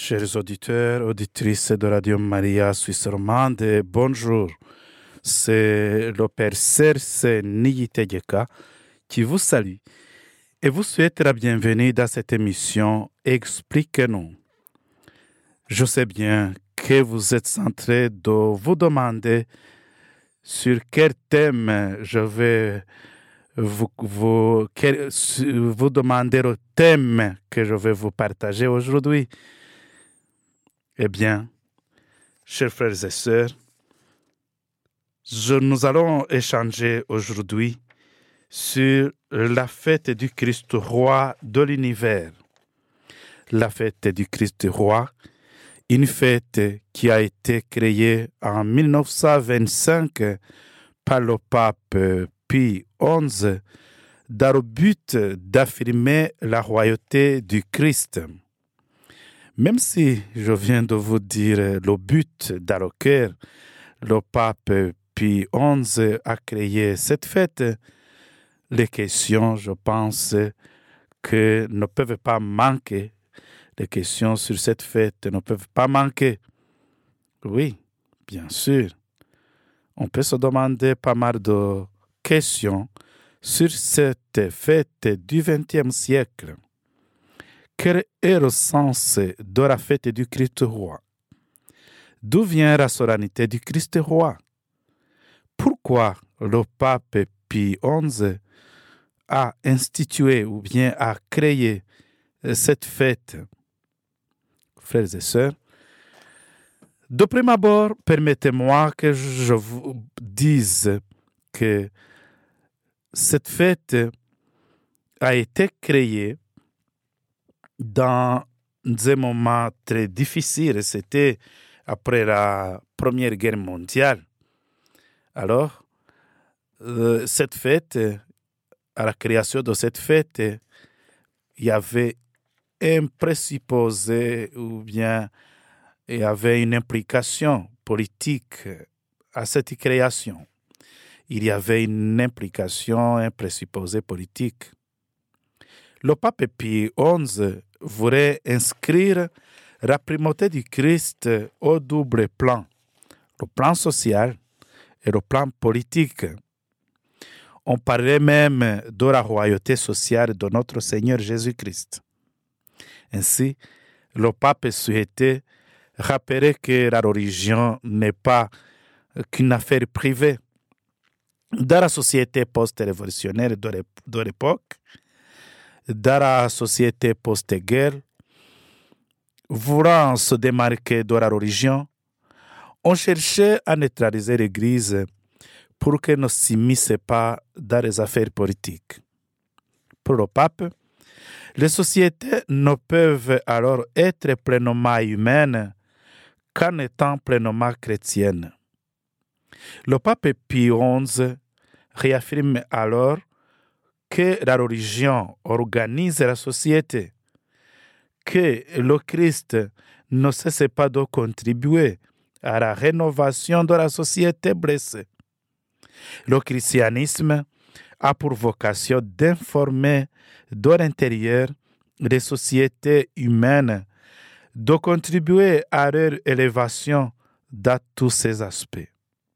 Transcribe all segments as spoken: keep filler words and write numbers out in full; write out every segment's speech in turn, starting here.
Chers auditeurs, auditrices de Radio Maria Suisse Romande, bonjour. C'est le Père Serse Niyitegeka qui vous salue et vous souhaite la bienvenue dans cette émission Expliquez-nous. Je sais bien que vous êtes en train de vous demander sur quel thème je vais vous, vous, quel, vous demander le thème que je vais vous partager aujourd'hui. Eh bien, chers frères et sœurs, je, nous allons échanger aujourd'hui sur la fête du Christ roi de l'univers. La fête du Christ roi, une fête qui a été créée en dix-neuf cent vingt-cinq par le pape Pie onze dans le but d'affirmer la royauté du Christ. Même si je viens de vous dire le but dans lequel le pape Pie onze a créé cette fête, les questions, je pense, que ne peuvent pas manquer. Les questions sur cette fête ne peuvent pas manquer. Oui, bien sûr. On peut se demander pas mal de questions sur cette fête du vingtième siècle. Quel est le sens de la fête du Christ roi? D'où vient la solennité du Christ roi? Pourquoi le pape Pie onze a institué ou bien a créé cette fête? Frères et sœurs, de prime abord, permettez-moi que je vous dise que cette fête a été créée dans un moment très difficile. C'était après la Première Guerre mondiale. Alors, euh, cette fête, à la création de cette fête, il y avait un présupposé ou bien il y avait une implication politique à cette création. Il y avait une implication, un présupposé politique. Le pape Pie onze voulait inscrire la primauté du Christ au double plan, le plan social et le plan politique. On parlait même de la royauté sociale de notre Seigneur Jésus-Christ. Ainsi, le pape souhaitait rappeler que la religion n'est pas qu'une affaire privée. Dans la société post-révolutionnaire de l'époque, dans la société post-guerre, voulant se démarquer de la religion, on cherchait à neutraliser l'Église pour qu'elle ne s'immisce pas dans les affaires politiques. Pour le pape, les sociétés ne peuvent alors être pleinement humaines qu'en étant pleinement chrétiennes. Le pape Pie onze réaffirme alors que la religion organise la société, que le Christ ne cesse pas de contribuer à la rénovation de la société blessée. Le christianisme a pour vocation d'informer de l'intérieur des sociétés humaines, de contribuer à leur élévation dans tous ses aspects.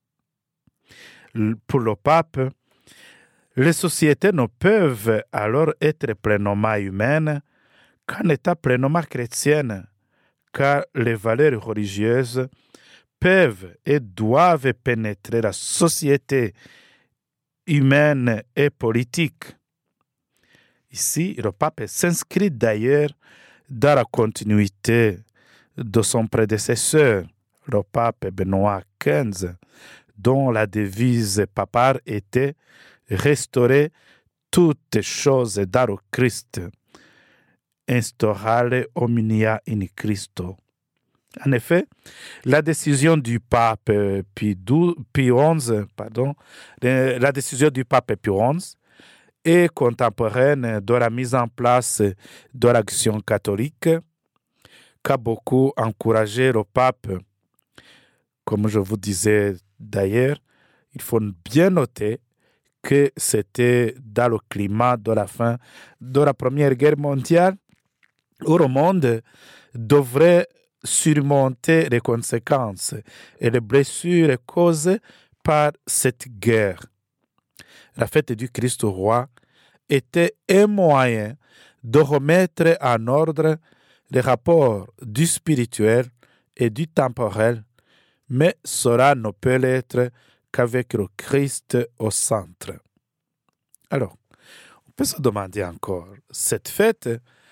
Pour le pape, les sociétés ne peuvent alors être pleinement humaines qu'en étant pleinement chrétiennes, car les valeurs religieuses peuvent et doivent pénétrer la société humaine et politique. Ici, le pape s'inscrit d'ailleurs dans la continuité de son prédécesseur, le pape Benoît quinze, dont la devise papale était « Restaurer toutes choses dans le Christ, instaurare omnia in Christo ». En effet, la décision du pape Pie onze, pardon, la décision du pape Pie onze est contemporaine de la mise en place de l'action catholique qu'a beaucoup encouragé le pape. Comme je vous disais d'ailleurs, il faut bien noter que c'était dans le climat de la fin de la Première Guerre mondiale où le monde devrait surmonter les conséquences et les blessures causées par cette guerre. La fête du Christ roi était un moyen de remettre en ordre les rapports du spirituel et du temporel, mais cela ne peut l'être qu'avec le Christ au centre. Alors, on peut se demander encore, cette fête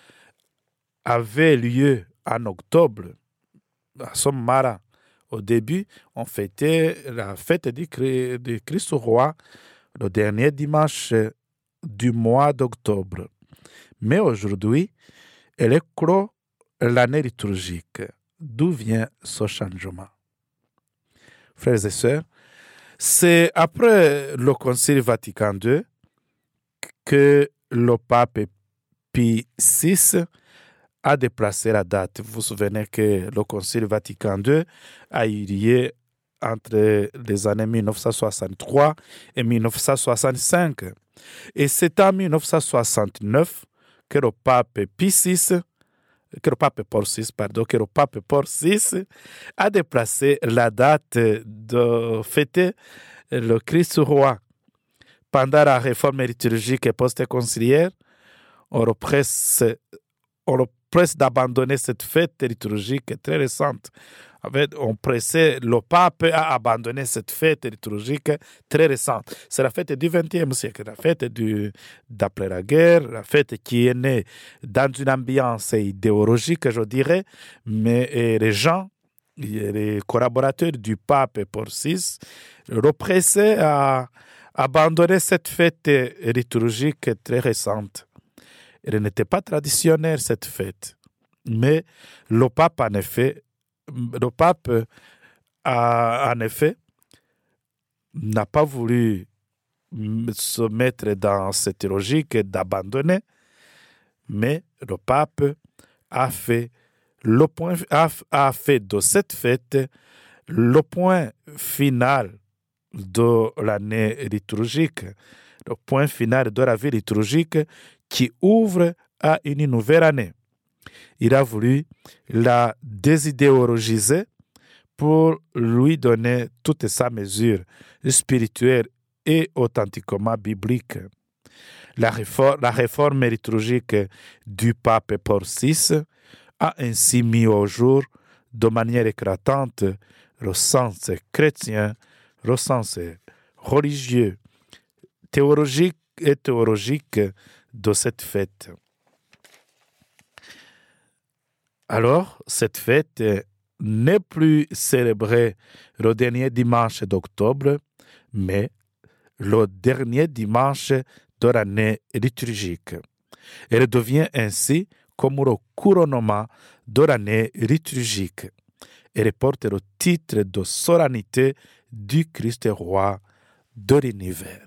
avait lieu en octobre, à Sommara. Au début, on fêtait la fête du Christ roi le dernier dimanche du mois d'octobre. Mais aujourd'hui, elle est clos l'année liturgique. D'où vient ce changement? Frères et sœurs, c'est après le Concile Vatican deux que le pape Pie six a déplacé la date. Vous vous souvenez que le Concile Vatican deux a eu lieu entre les années mille neuf cent soixante-trois et mille neuf cent soixante-cinq. Et c'est en mille neuf cent soixante-neuf que le pape Pie six, que le pape Paul six, pardon, que le pape Paul six a déplacé la date de fêter le Christ roi. Pendant la réforme liturgique et post-conciliaire, on represse, on represse d'abandonner cette fête liturgique très récente. En fait, on pressait le pape à abandonner cette fête liturgique très récente. C'est la fête du vingtième siècle, la fête du, d'après la guerre, la fête qui est née dans une ambiance idéologique, je dirais, mais les gens, les collaborateurs du pape Paul six, repressaient à abandonner cette fête liturgique très récente. Elle n'était pas traditionnelle, cette fête. Mais le pape, en effet, le pape, a, en effet, n'a pas voulu se mettre dans cette logique d'abandonner, mais le pape a fait, le point, a, a fait de cette fête le point final de l'année liturgique, le point final de la vie liturgique qui ouvre à une nouvelle année. Il a voulu la désidéologiser pour lui donner toute sa mesure spirituelle et authentiquement biblique. La réforme, la réforme liturgique du pape Paul six a ainsi mis au jour de manière éclatante le sens chrétien, le sens religieux, théologique et théologique de cette fête. Alors, cette fête n'est plus célébrée le dernier dimanche d'octobre, mais le dernier dimanche de l'année liturgique. Elle devient ainsi comme le couronnement de l'année liturgique. Elle porte le titre de solennité du Christ roi de l'univers.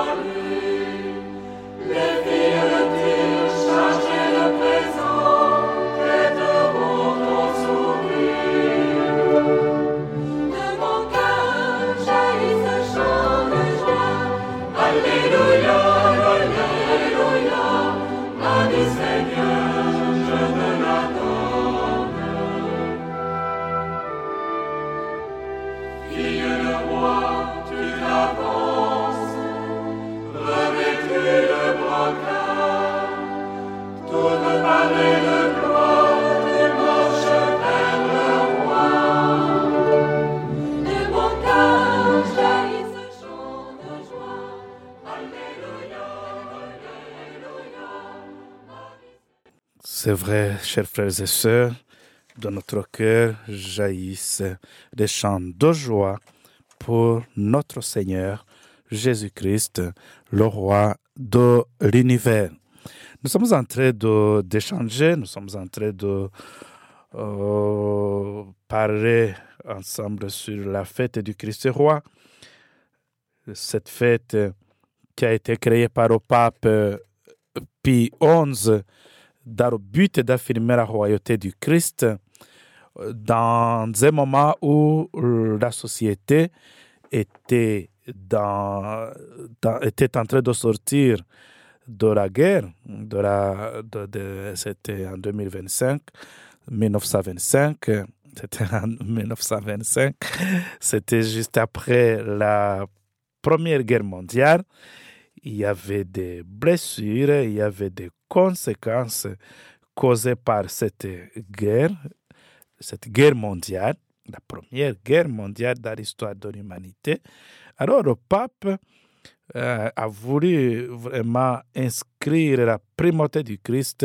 Les filles de Tyr chargées de présents C'est vrai, chers frères et sœurs, de notre cœur jaillissent des chants de joie pour notre Seigneur Jésus-Christ, le roi de l'univers. Nous sommes en train de, d'échanger, nous sommes en train de euh, parler ensemble sur la fête du Christ roi. Cette fête qui a été créée par le pape Pie onze dans le but d'affirmer la royauté du Christ dans un moment où la société était, dans, dans, était en train de sortir de la guerre, de la, de, de, c'était en deux mille vingt-cinq, mille neuf cent vingt-cinq, c'était en mille neuf cent vingt-cinq, c'était juste après la Première Guerre mondiale. Il y avait des blessures, il y avait des conséquences causées par cette guerre, cette guerre mondiale, la première guerre mondiale dans l'histoire de l'humanité. Alors le pape euh, a voulu vraiment inscrire la primauté du Christ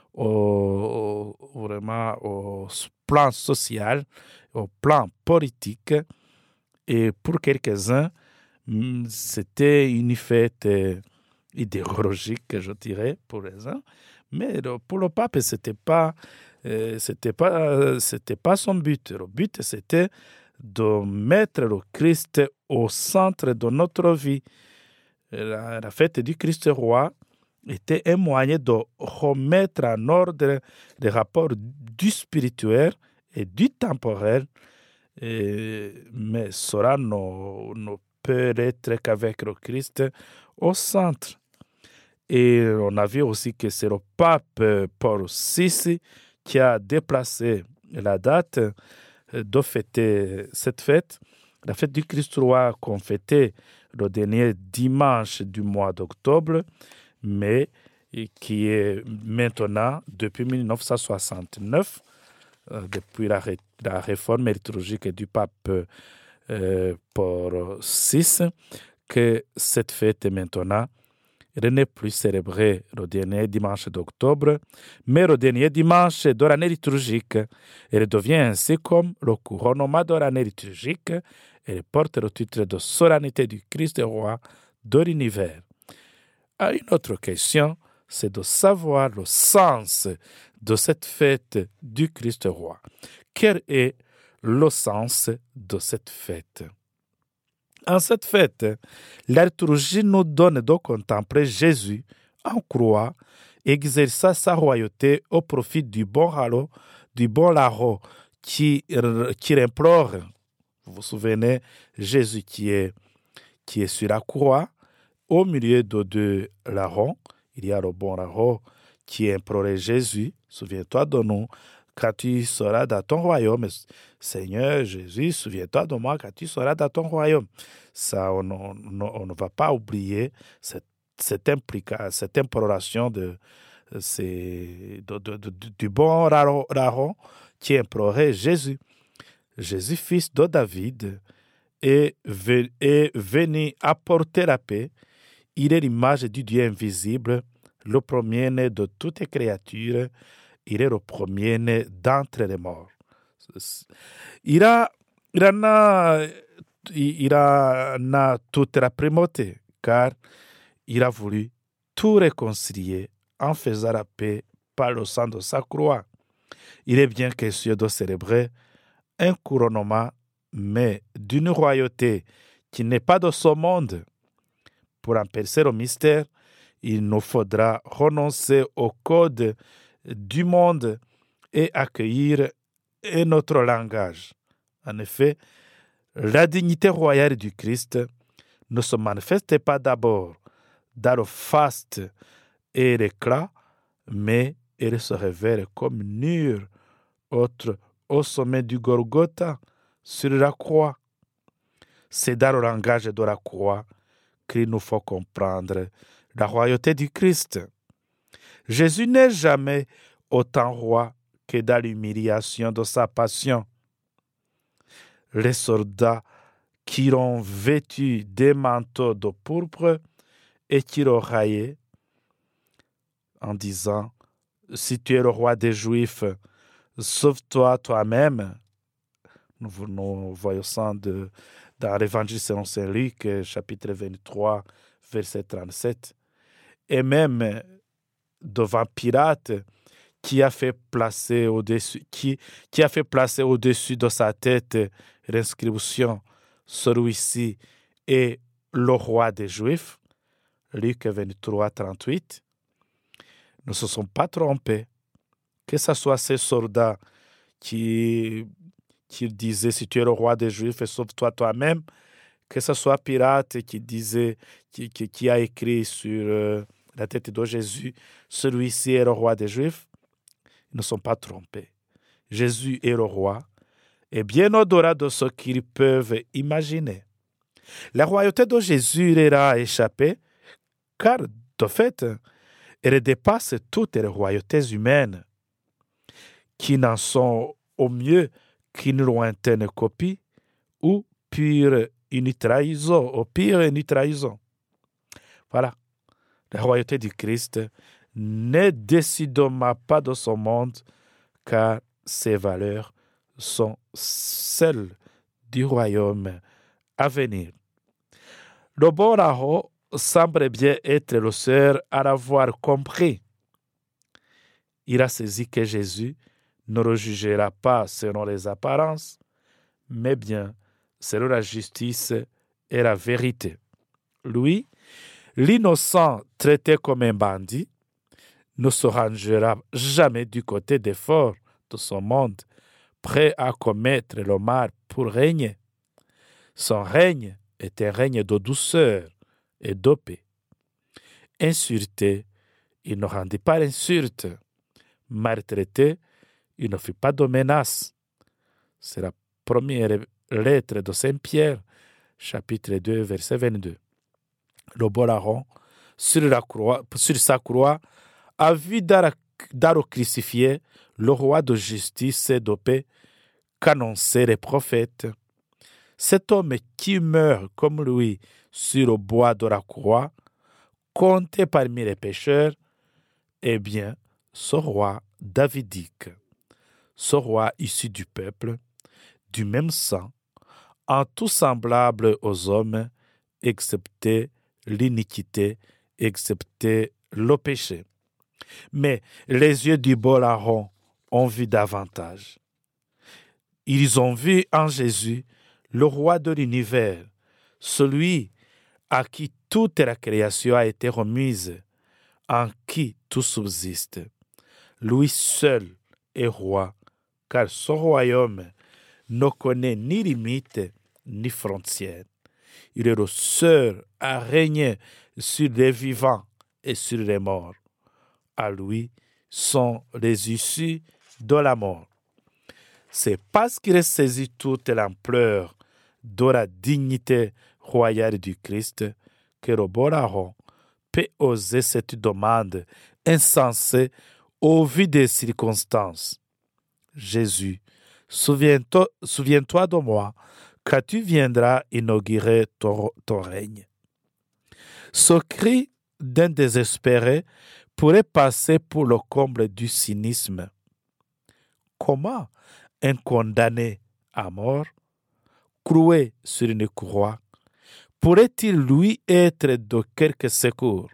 au, au, vraiment au plan social, au plan politique. Et pour quelques-uns, c'était une fête idéologique, je dirais, pour les uns. Mais pour le pape, ce n'était pas, euh, c'était pas, c'était pas son but. Le but, c'était de mettre le Christ au centre de notre vie. La, la fête du Christ roi était un moyen de remettre en ordre les rapports du spirituel et du temporel. Et, mais cela ne, ne peut être qu'avec le Christ au centre. Et on a vu aussi que c'est le pape Paul six qui a déplacé la date de fêter cette fête. La fête du Christ roi qu'on fêtait le dernier dimanche du mois d'octobre, mais qui est maintenant, depuis mille neuf cent soixante-neuf, euh, depuis la, ré, la réforme liturgique du pape euh, Paul six, que cette fête est maintenant elle n'est plus célébrée le dernier dimanche d'octobre, mais le dernier dimanche de l'année liturgique. Elle devient ainsi comme le couronnement de l'année liturgique. Elle porte le titre de solennité du Christ roi de l'univers. À une autre question, c'est de savoir le sens de cette fête du Christ roi. Quel est le sens de cette fête? En cette fête, la liturgie nous donne de contempler Jésus en croix, exerçant sa royauté au profit du bon halo, du bon larron qui, qui implore. Vous vous souvenez, Jésus qui est, qui est sur la croix, au milieu de deux larrons, il y a le bon larron qui implorait Jésus, souviens-toi de nous, quand tu seras dans ton royaume. Seigneur Jésus, souviens-toi de moi quand tu seras dans ton royaume. Ça, on, on, on ne va pas oublier cette, cette, implica, cette imploration de, c'est, de, de, de, du bon larron qui implorait Jésus. Jésus, fils de David, est, est venu apporter la paix. Il est l'image du Dieu invisible, le premier-né de toutes les créatures. Il est le premier-né d'entre les morts. Il a, il en a, il en a toute la primauté, car il a voulu tout réconcilier en faisant la paix par le sang de sa croix. Il est bien question de célébrer un couronnement, mais d'une royauté qui n'est pas de ce monde. Pour en percer le mystère, il nous faudra renoncer au code du monde et accueillir un autre langage. En effet, la dignité royale du Christ ne se manifeste pas d'abord dans le faste et l'éclat, mais elle se révèle comme nulle autre au sommet du Golgotha, sur la croix. C'est dans le langage de la croix qu'il nous faut comprendre la royauté du Christ. Jésus n'est jamais autant roi que dans l'humiliation de sa passion. Les soldats qui l'ont vêtu des manteaux de pourpre et qui l'ont raillé en disant si tu es le roi des Juifs, sauve-toi toi-même. Nous, nous voyons ça de, dans l'Évangile selon saint Luc, chapitre vingt-trois, verset trente-sept. Et même devant Pilate, qui a fait placer au-dessus, qui, qui a fait placer au-dessus de sa tête l'inscription « Celui-ci est le roi des Juifs », Luc vingt-trois, trente-huit. Ne se sont pas trompés. Que ce soit ces soldats qui, qui disaient « Si tu es le roi des Juifs, sauve-toi toi-même », que ce soit Pilate qui disait, qui, qui, qui a écrit sur euh, la tête de Jésus « Celui-ci est le roi des Juifs », ils ne sont pas trompés. Jésus est le roi, et bien au-delà de ce qu'ils peuvent imaginer. La royauté de Jésus leur a échappé, car, de fait, elle dépasse toutes les royautés humaines, qui n'en sont au mieux qu'une lointaine copie, ou pure une trahison, au pire une trahison. Voilà, la royauté du Christ ne décidément pas de son monde, car ses valeurs sont celles du royaume à venir. Le bon Raho semble bien être le seul à l'avoir compris. Il a saisi que Jésus ne le jugera pas selon les apparences, mais bien selon la justice et la vérité. Lui, l'innocent traité comme un bandit, ne se rangera jamais du côté des forts de son monde, prêt à commettre le mal pour régner. Son règne est un règne de douceur et de paix. Insulté, il ne rendit pas l'insulte. Maltraité, il ne fit pas de menaces. C'est la première lettre de Saint Pierre, chapitre deux, verset vingt-deux. Le bon larron, sur, la croix, sur sa croix, a vu dans le crucifié le roi de justice et de paix qu'annonçaient les prophètes. Cet homme qui meurt comme lui sur le bois de la croix, compté parmi les pécheurs, est bien ce roi davidique, ce roi issu du peuple, du même sang, en tout semblable aux hommes, excepté l'iniquité, excepté le péché. Mais les yeux du bon larron ont vu davantage. Ils ont vu en Jésus le roi de l'univers, celui à qui toute la création a été remise, en qui tout subsiste. Lui seul est roi, car son royaume ne connaît ni limite ni frontières. Il est le seul à régner sur les vivants et sur les morts. À lui sont les issues de la mort. C'est parce qu'il a saisi toute l'ampleur de la dignité royale du Christ que le bon larron peut oser cette demande insensée au vu des circonstances. Jésus, souviens-toi, souviens-toi de moi quand tu viendras inaugurer ton, ton règne. Ce cri d'un désespéré pourrait passer pour le comble du cynisme. Comment un condamné à mort, cloué sur une croix, pourrait-il lui être de quelque secours?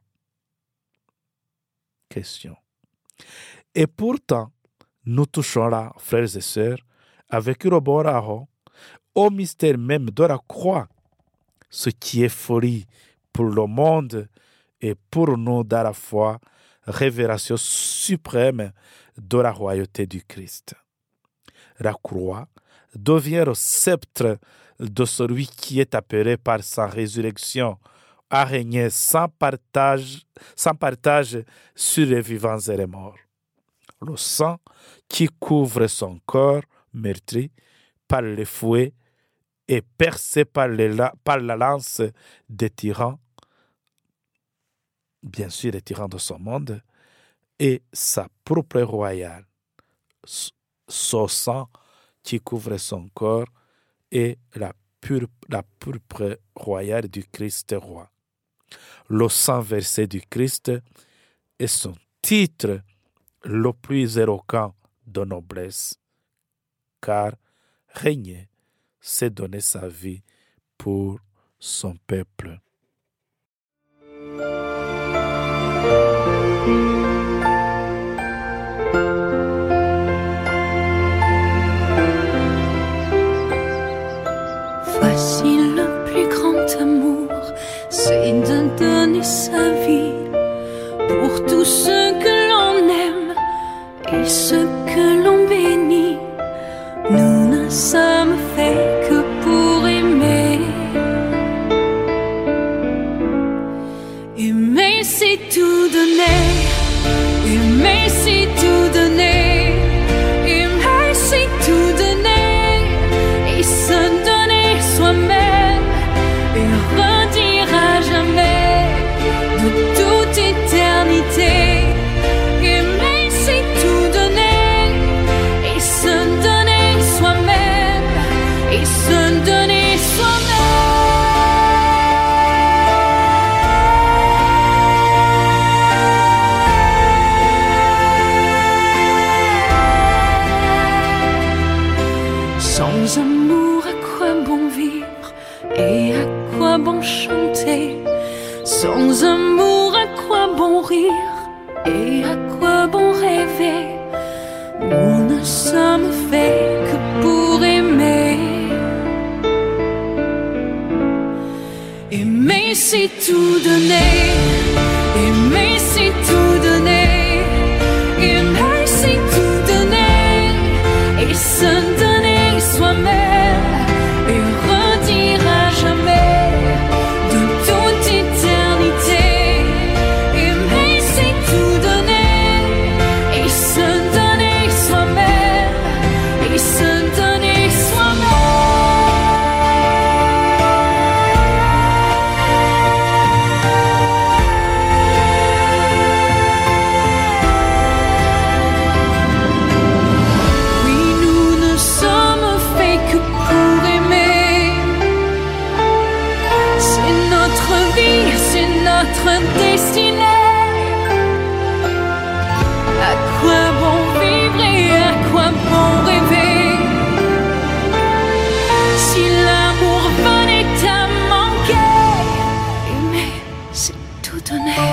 Question. Et pourtant, nous touchons là, frères et sœurs, avec le bon larron, au mystère même de la croix, ce qui est folie pour le monde et pour nous dans la foi, révélation suprême de la royauté du Christ. La croix devient le sceptre de celui qui est appelé par sa résurrection à régner sans partage, sans partage sur les vivants et les morts. Le sang qui couvre son corps meurtri par les fouets et percé par, les, par la lance des tyrans, bien sûr les tyrans de son monde, et sa propre royale. Son sang qui couvre son corps et la, pur, la purpre royale du Christ roi. Le sang versé du Christ est son titre le plus éloquent de noblesse, car régner, c'est donner sa vie pour son peuple. Voici le plus grand amour, c'est de donner sa vie pour tous ceux que l'on aime et ceux que l'on bénit. Nous ne sommes faits que pour aimer. Aimer, c'est tout donner. Aimer, c'est tout donner. Aimer, c'est tout donner. Et se donner soi-même. Et redire à jamais de toute éternité. Aimer, c'est tout donner. Et se donner soi-même. Et se donner soi-même. Sans amour, à quoi bon vivre et à quoi bon chanter? Sans amour, à quoi bon rire et à quoi bon rêver? Nous ne sommes faits que pour aimer. Aimer, c'est tout donner. Aimer, c'est tout donner. Aimer, c'est tout donner. Et se donner soi-même. Et redire à jamais de toute éternité. Aimer, c'est tout donner. Et se donner soi-même. Et se donner soi-même. Oui, nous ne sommes faits que pour aimer. C'est notre vie, c'est notre destinée. À quoi bon vivre et à quoi bon rêver? Si l'amour venait à manquer, aimer, c'est tout donner.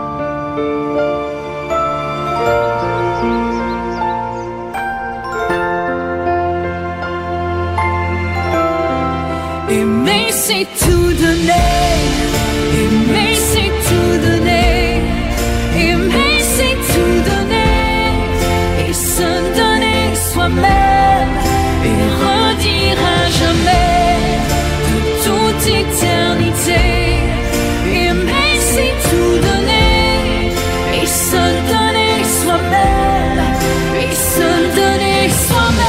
Aimer, c'est tout donner. Aimer, c'est tout donner. Aimer, c'est tout donner. Et se donner soi-même. Et redire à jamais de toute éternité. Aimer, c'est tout donner. Et se donner soi-même. Et se donner soi-même.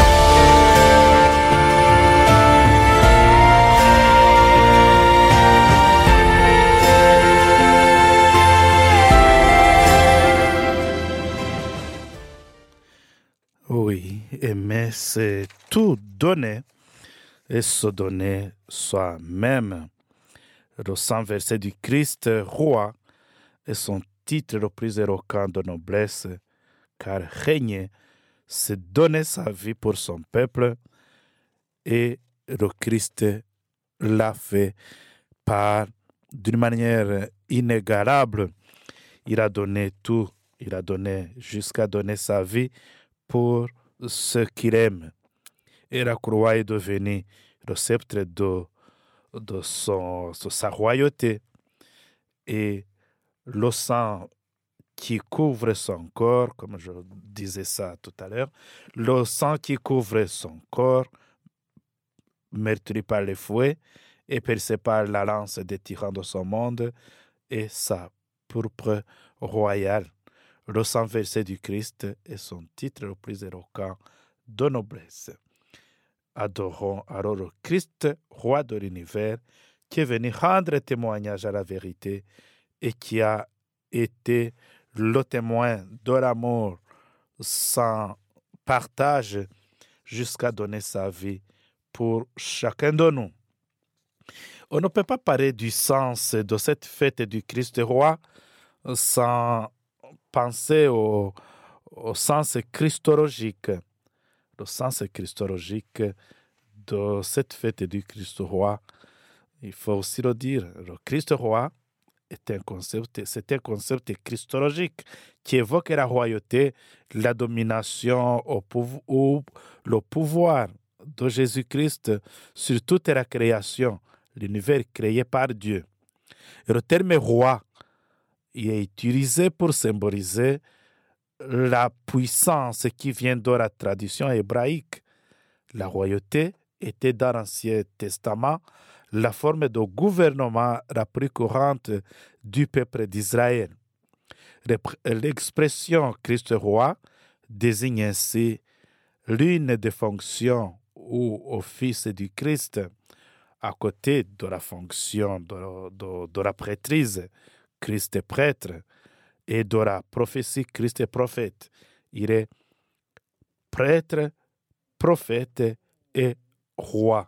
Oui, aimer, c'est tout donner et se donner soi-même. Le saint verset du Christ, roi, est son titre le plus éloquent de noblesse, car régner, c'est donner sa vie pour son peuple, et le Christ l'a fait par, d'une manière inégalable. Il a donné tout, il a donné jusqu'à donner sa vie pour ceux qu'il aime. Et la croix est devenue le sceptre de, de, son, de sa royauté. Et le sang qui couvre son corps, comme je disais ça tout à l'heure, le sang qui couvre son corps, meurtri par les fouets et percé par la lance des tyrans de son monde, et sa pourpre royale. Le sang versé du Christ est son titre le plus éloquent de noblesse. Adorons alors le Christ, roi de l'univers, qui est venu rendre témoignage à la vérité et qui a été le témoin de l'amour sans partage jusqu'à donner sa vie pour chacun de nous. On ne peut pas parler du sens de cette fête du Christ roi sans penser au, au sens christologique, le sens christologique de cette fête du Christ roi. Il faut aussi le dire, le Christ roi est un concept, c'est un concept christologique qui évoque la royauté, la domination au pouvo- ou le pouvoir de Jésus-Christ sur toute la création, l'univers créé par Dieu. Et le terme roi il est utilisé pour symboliser la puissance qui vient de la tradition hébraïque. La royauté était dans l'Ancien Testament la forme de gouvernement la plus courante du peuple d'Israël. L'expression Christ roi désigne ainsi l'une des fonctions ou offices du Christ à côté de la fonction de, de, de la prêtrise, Christ est prêtre, et de la prophétie, Christ est prophète. Il est prêtre, prophète et roi.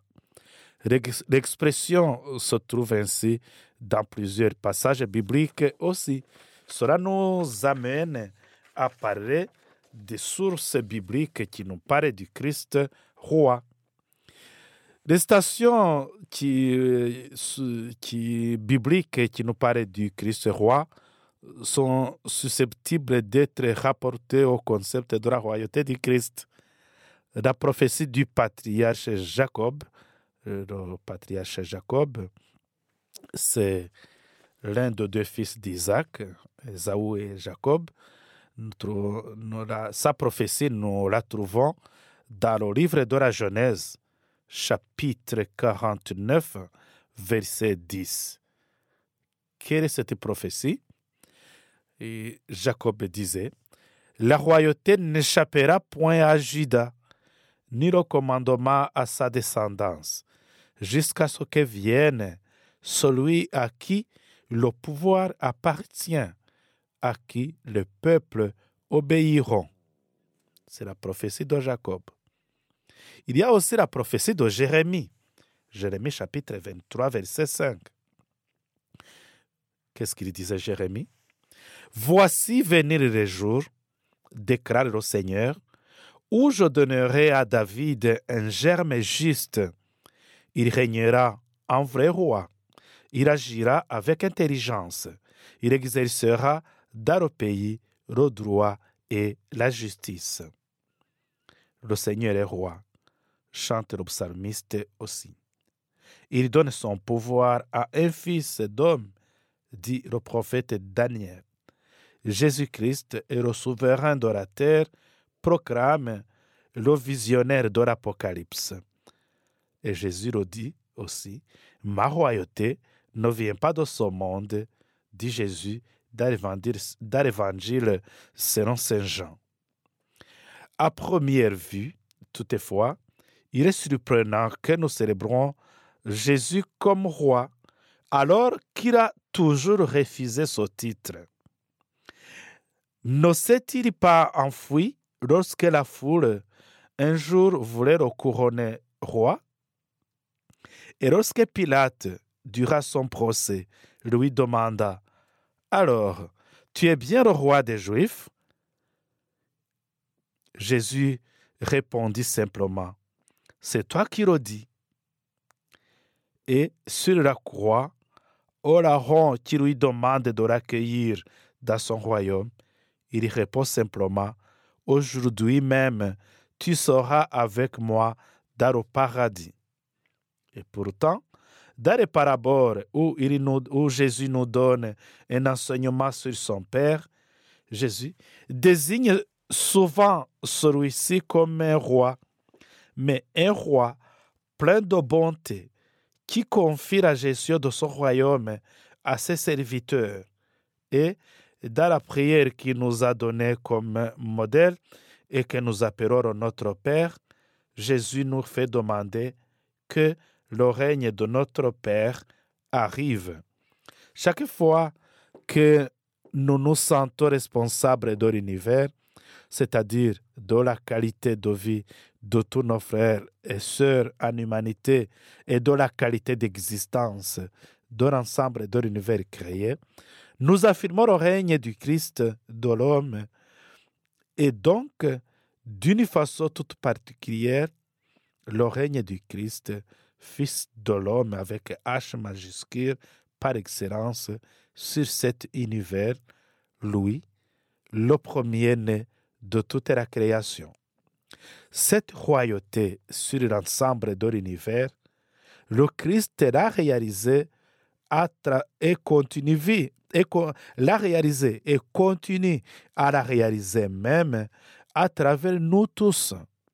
L'expression se trouve ainsi dans plusieurs passages bibliques aussi. Cela nous amène à parler des sources bibliques qui nous parlent du Christ roi. Les stations qui, qui, bibliques qui nous parlent du Christ roi sont susceptibles d'être rapportées au concept de la royauté du Christ. La prophétie du patriarche Jacob, le patriarche Jacob, c'est l'un des deux fils d'Isaac, Ésaü et Jacob. Nous trouvons, nous la, sa prophétie, nous la trouvons dans le livre de la Genèse, chapitre quarante-neuf, verset dix. Quelle est cette prophétie? Et Jacob disait, « La royauté n'échappera point à Juda, ni le commandement à sa descendance, jusqu'à ce que vienne celui à qui le pouvoir appartient, à qui le peuple obéiront. » C'est la prophétie de Jacob. Il y a aussi la prophétie de Jérémie. Jérémie chapitre vingt-trois, verset cinq. Qu'est-ce qu'il disait Jérémie? « Voici venir les jours, déclare le Seigneur, où je donnerai à David un germe juste. Il régnera en vrai roi. Il agira avec intelligence. Il exercera dans le pays le droit et la justice. » Le Seigneur est roi, chante le psalmiste aussi. Il donne son pouvoir à un fils d'homme, dit le prophète Daniel. Jésus-Christ est le souverain de la terre, proclame le visionnaire de l'Apocalypse. Et Jésus le dit aussi, « Ma royauté ne vient pas de ce monde, dit Jésus dans l'Évangile selon Saint Jean. » À première vue, toutefois, il est surprenant que nous célébrons Jésus comme roi, alors qu'il a toujours refusé ce titre. Ne s'est-il pas enfui lorsque la foule un jour voulait le couronner roi? Et lorsque Pilate, durant son procès, lui demanda « Alors, tu es bien le roi des Juifs ?» Jésus répondit simplement « C'est toi qui le dis. » Et sur la croix, au larron qui lui demande de l'accueillir dans son royaume, il répond simplement « Aujourd'hui même, tu seras avec moi dans le paradis. » Et pourtant, dans les paraboles où, il nous, où Jésus nous donne un enseignement sur son Père, Jésus désigne souvent celui-ci comme un roi, mais un roi plein de bonté qui confie la gestion de son royaume à ses serviteurs. Et dans la prière qu'il nous a donnée comme modèle et que nous appelons notre Père, Jésus nous fait demander que le règne de notre Père arrive. Chaque fois que nous nous sentons responsables de l'univers, c'est-à-dire de la qualité de vie de tous nos frères et sœurs en humanité et de la qualité d'existence de l'ensemble de l'univers créé, nous affirmons le règne du Christ de l'homme Et donc, d'une façon toute particulière, le règne du Christ, Fils de l'homme avec H majuscule par excellence, sur cet univers, lui, le premier-né de toute la création. Cette royauté sur l'ensemble de l'univers, le Christ l'a réalisé tra- et continue, et co- l'a réalisé et continue à la réaliser même à travers nous tous.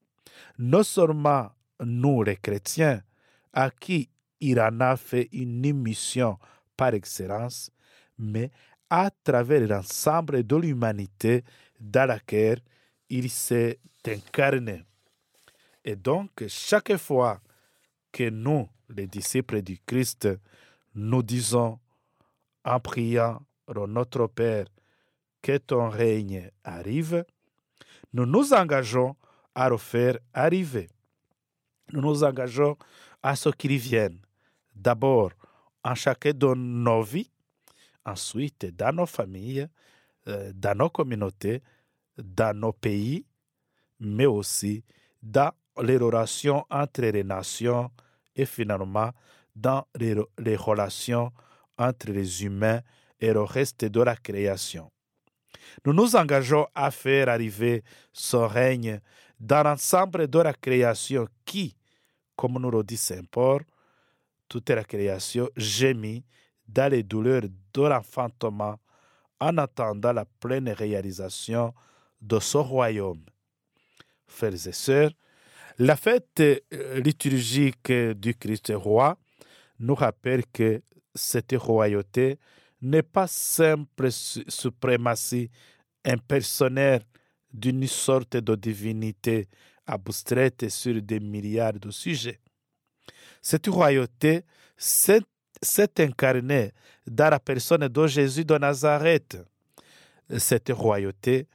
Non seulement nous les chrétiens, à qui il en a fait une mission par excellence, mais à travers l'ensemble de l'humanité dans laquelle il s'est incarné. Et donc, chaque fois que nous, les disciples du Christ, nous disons en priant au Notre Père que ton règne arrive, nous nous engageons à le faire arriver. Nous nous engageons à ce qu'il vienne, d'abord en chacun de nos vies, ensuite dans nos familles, euh, dans nos communautés, dans nos pays, mais aussi dans les relations entre les nations et finalement dans les, les relations entre les humains et le reste de la création. Nous nous engageons à faire arriver son règne dans l'ensemble de la création qui, comme nous le dit Saint Paul, toute la création gémit dans les douleurs de l'enfantement en attendant la pleine réalisation de son royaume. Frères et sœurs, la fête liturgique du Christ roi nous rappelle que cette royauté n'est pas simple suprématie impersonnelle d'une sorte de divinité abstraite sur des milliards de sujets. Cette royauté s'est, s'est incarnée dans la personne de Jésus de Nazareth. Cette royauté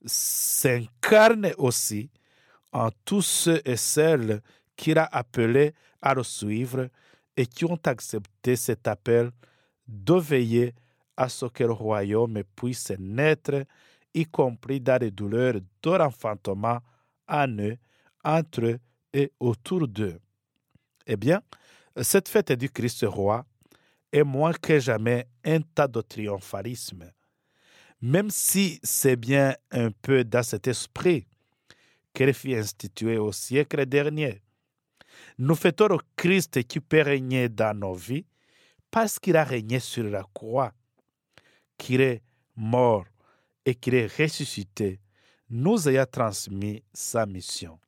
s'incarne aussi en tous ceux et celles qu'il a appelés à le suivre et qui ont accepté cet appel de veiller à ce que le royaume puisse naître, y compris dans les douleurs de l'enfantement en eux, entre eux et autour d'eux. Eh bien, cette fête du Christ roi est moins que jamais un tas de triomphalisme. Même si c'est bien un peu dans cet esprit qu'elle fut instituée au siècle dernier. Nous fêtons le Christ qui peut régner dans nos vies parce qu'il a régné sur la croix, qu'il est mort et qu'il est ressuscité, nous ayant transmis sa mission.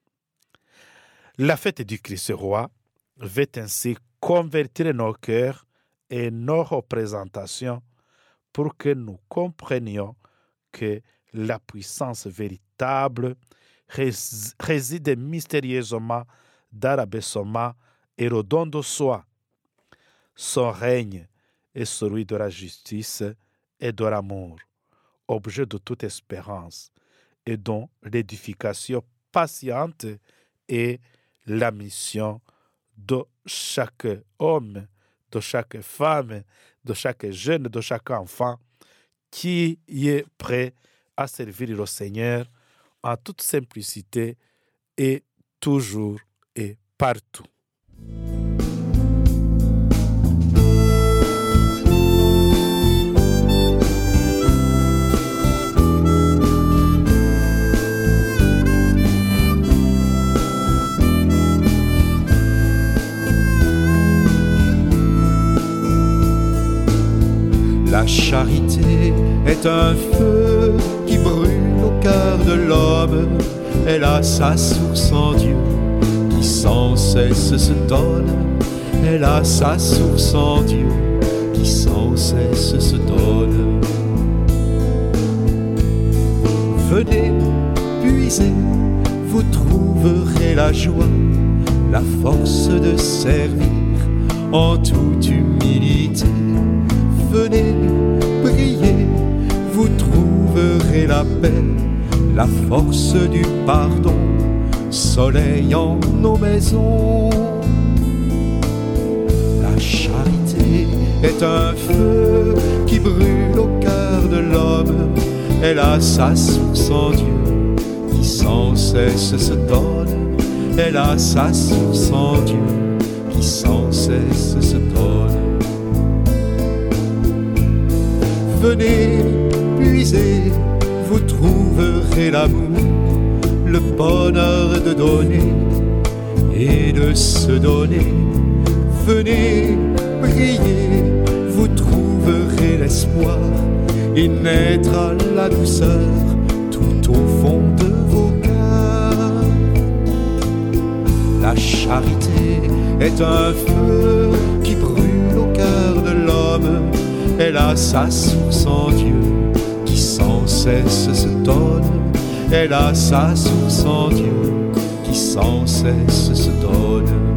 La fête du Christ roi veut ainsi convertir nos cœurs et nos représentations pour que nous comprenions que la puissance véritable réside mystérieusement dans l'abaissement et le don de soi. Son règne est celui de la justice et de l'amour, objet de toute espérance, et dont l'édification patiente est la mission de chaque homme, de chaque femme, de chaque jeune, de chaque enfant qui est prêt à servir le Seigneur en toute simplicité et toujours et partout. La charité est un feu qui brûle au cœur de l'homme. Elle a sa source en Dieu qui sans cesse se donne. Elle a sa source en Dieu qui sans cesse se donne. Venez puiser, vous trouverez la joie, la force de servir en toute humilité. Venez prier, vous trouverez la paix, la force du pardon, soleil en nos maisons. La charité est un feu qui brûle au cœur de l'homme. elle a sa source en Dieu, qui sans cesse se donne. Elle a sa source en Dieu, qui sans cesse se donne. Venez puiser, vous trouverez l'amour, le bonheur de donner et de se donner. Venez prier, vous trouverez l'espoir, et naîtra la douceur tout au fond de vos cœurs. La charité est un feu qui brûle au cœur de l'homme. Elle a sa source en Dieu, qui sans cesse se donne. Elle a sa source en Dieu, qui sans cesse se donne.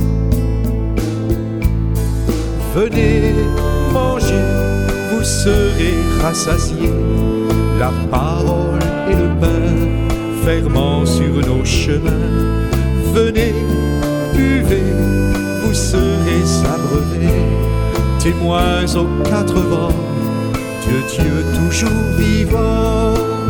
Venez manger, vous serez rassasiés. La parole et le pain ferment sur nos chemins. Venez, buvez, vous serez abreuvés. Témoins aux quatre vents, Dieu, Dieu toujours vivant.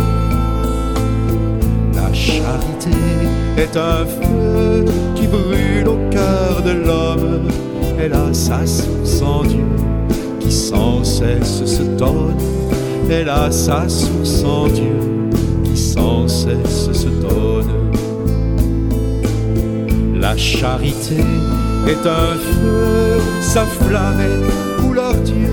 La charité est un feu qui brûle au cœur de l'homme. Elle a sa source en Dieu, qui sans cesse se donne. Elle a sa source en Dieu, qui sans cesse se donne. La charité est un feu, sa flamme est couleur Dieu.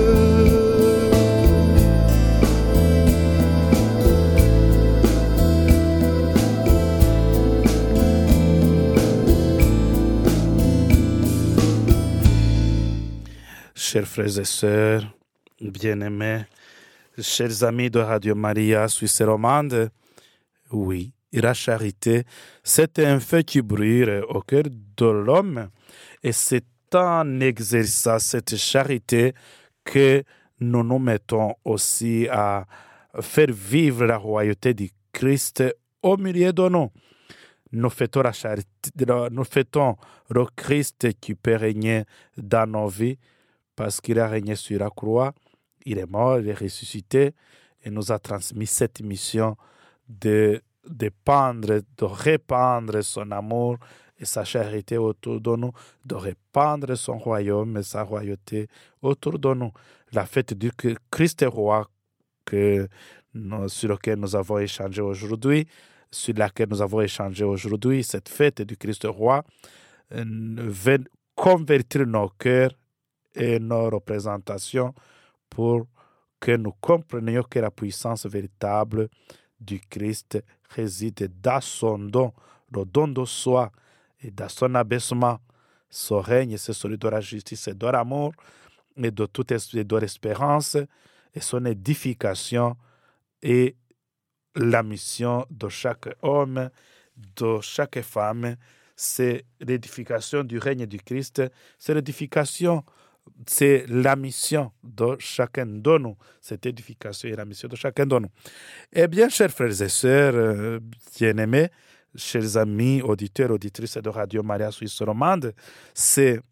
Chers frères et sœurs, bien-aimés, chers amis de Radio Maria Suisse romande, oui, la charité, c'est un feu qui brûle au cœur de l'homme et c'est en exerçant cette charité que nous nous mettons aussi à faire vivre la royauté du Christ au milieu de nous. Nous fêtons la charité, nous fêtons le Christ qui peut régner dans nos vies parce qu'il a régné sur la croix, il est mort, il est ressuscité et nous a transmis cette mission de, de pendre, de répandre son amour et sa charité autour de nous, de répandre son royaume et sa royauté autour de nous. La fête du Christ roi que nous, sur laquelle nous avons échangé aujourd'hui, sur laquelle nous avons échangé aujourd'hui, cette fête du Christ roi, euh, va convertir nos cœurs et nos représentations pour que nous comprenions que la puissance véritable du Christ réside dans son don, le don de soi et dans son abaissement. Son règne, c'est celui de la justice et de l'amour et de toute et de l'espérance et son édification et la mission de chaque homme, de chaque femme. C'est l'édification du règne du Christ, c'est l'édification, c'est la mission de chacun de nous. Cette édification est la mission de chacun de nous. Eh bien, chers frères et sœurs, euh, bien-aimés, chers amis, auditeurs, auditrices de Radio Maria Suisse romande, c'est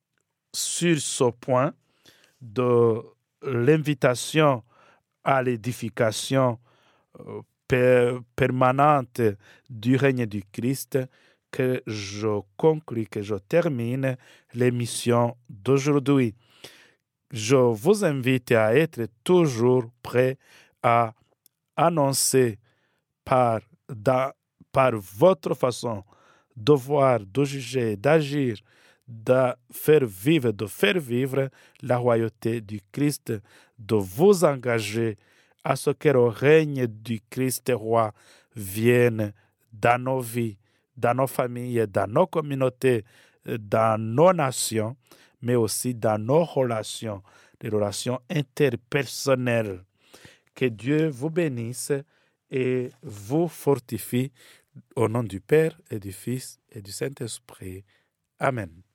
sur ce point de l'invitation à l'édification euh, per- permanente du règne du Christ que je conclue, que je termine l'émission d'aujourd'hui. Je vous invite à être toujours prêt à annoncer par, da, par votre façon de voir, de juger, d'agir, de faire vivre, de faire vivre la royauté du Christ, de vous engager à ce que le règne du Christ roi vienne dans nos vies, dans nos familles, dans nos communautés, dans nos nations, mais aussi dans nos relations, les relations interpersonnelles. Que Dieu vous bénisse et vous fortifie au nom du Père et du Fils et du Saint-Esprit. Amen.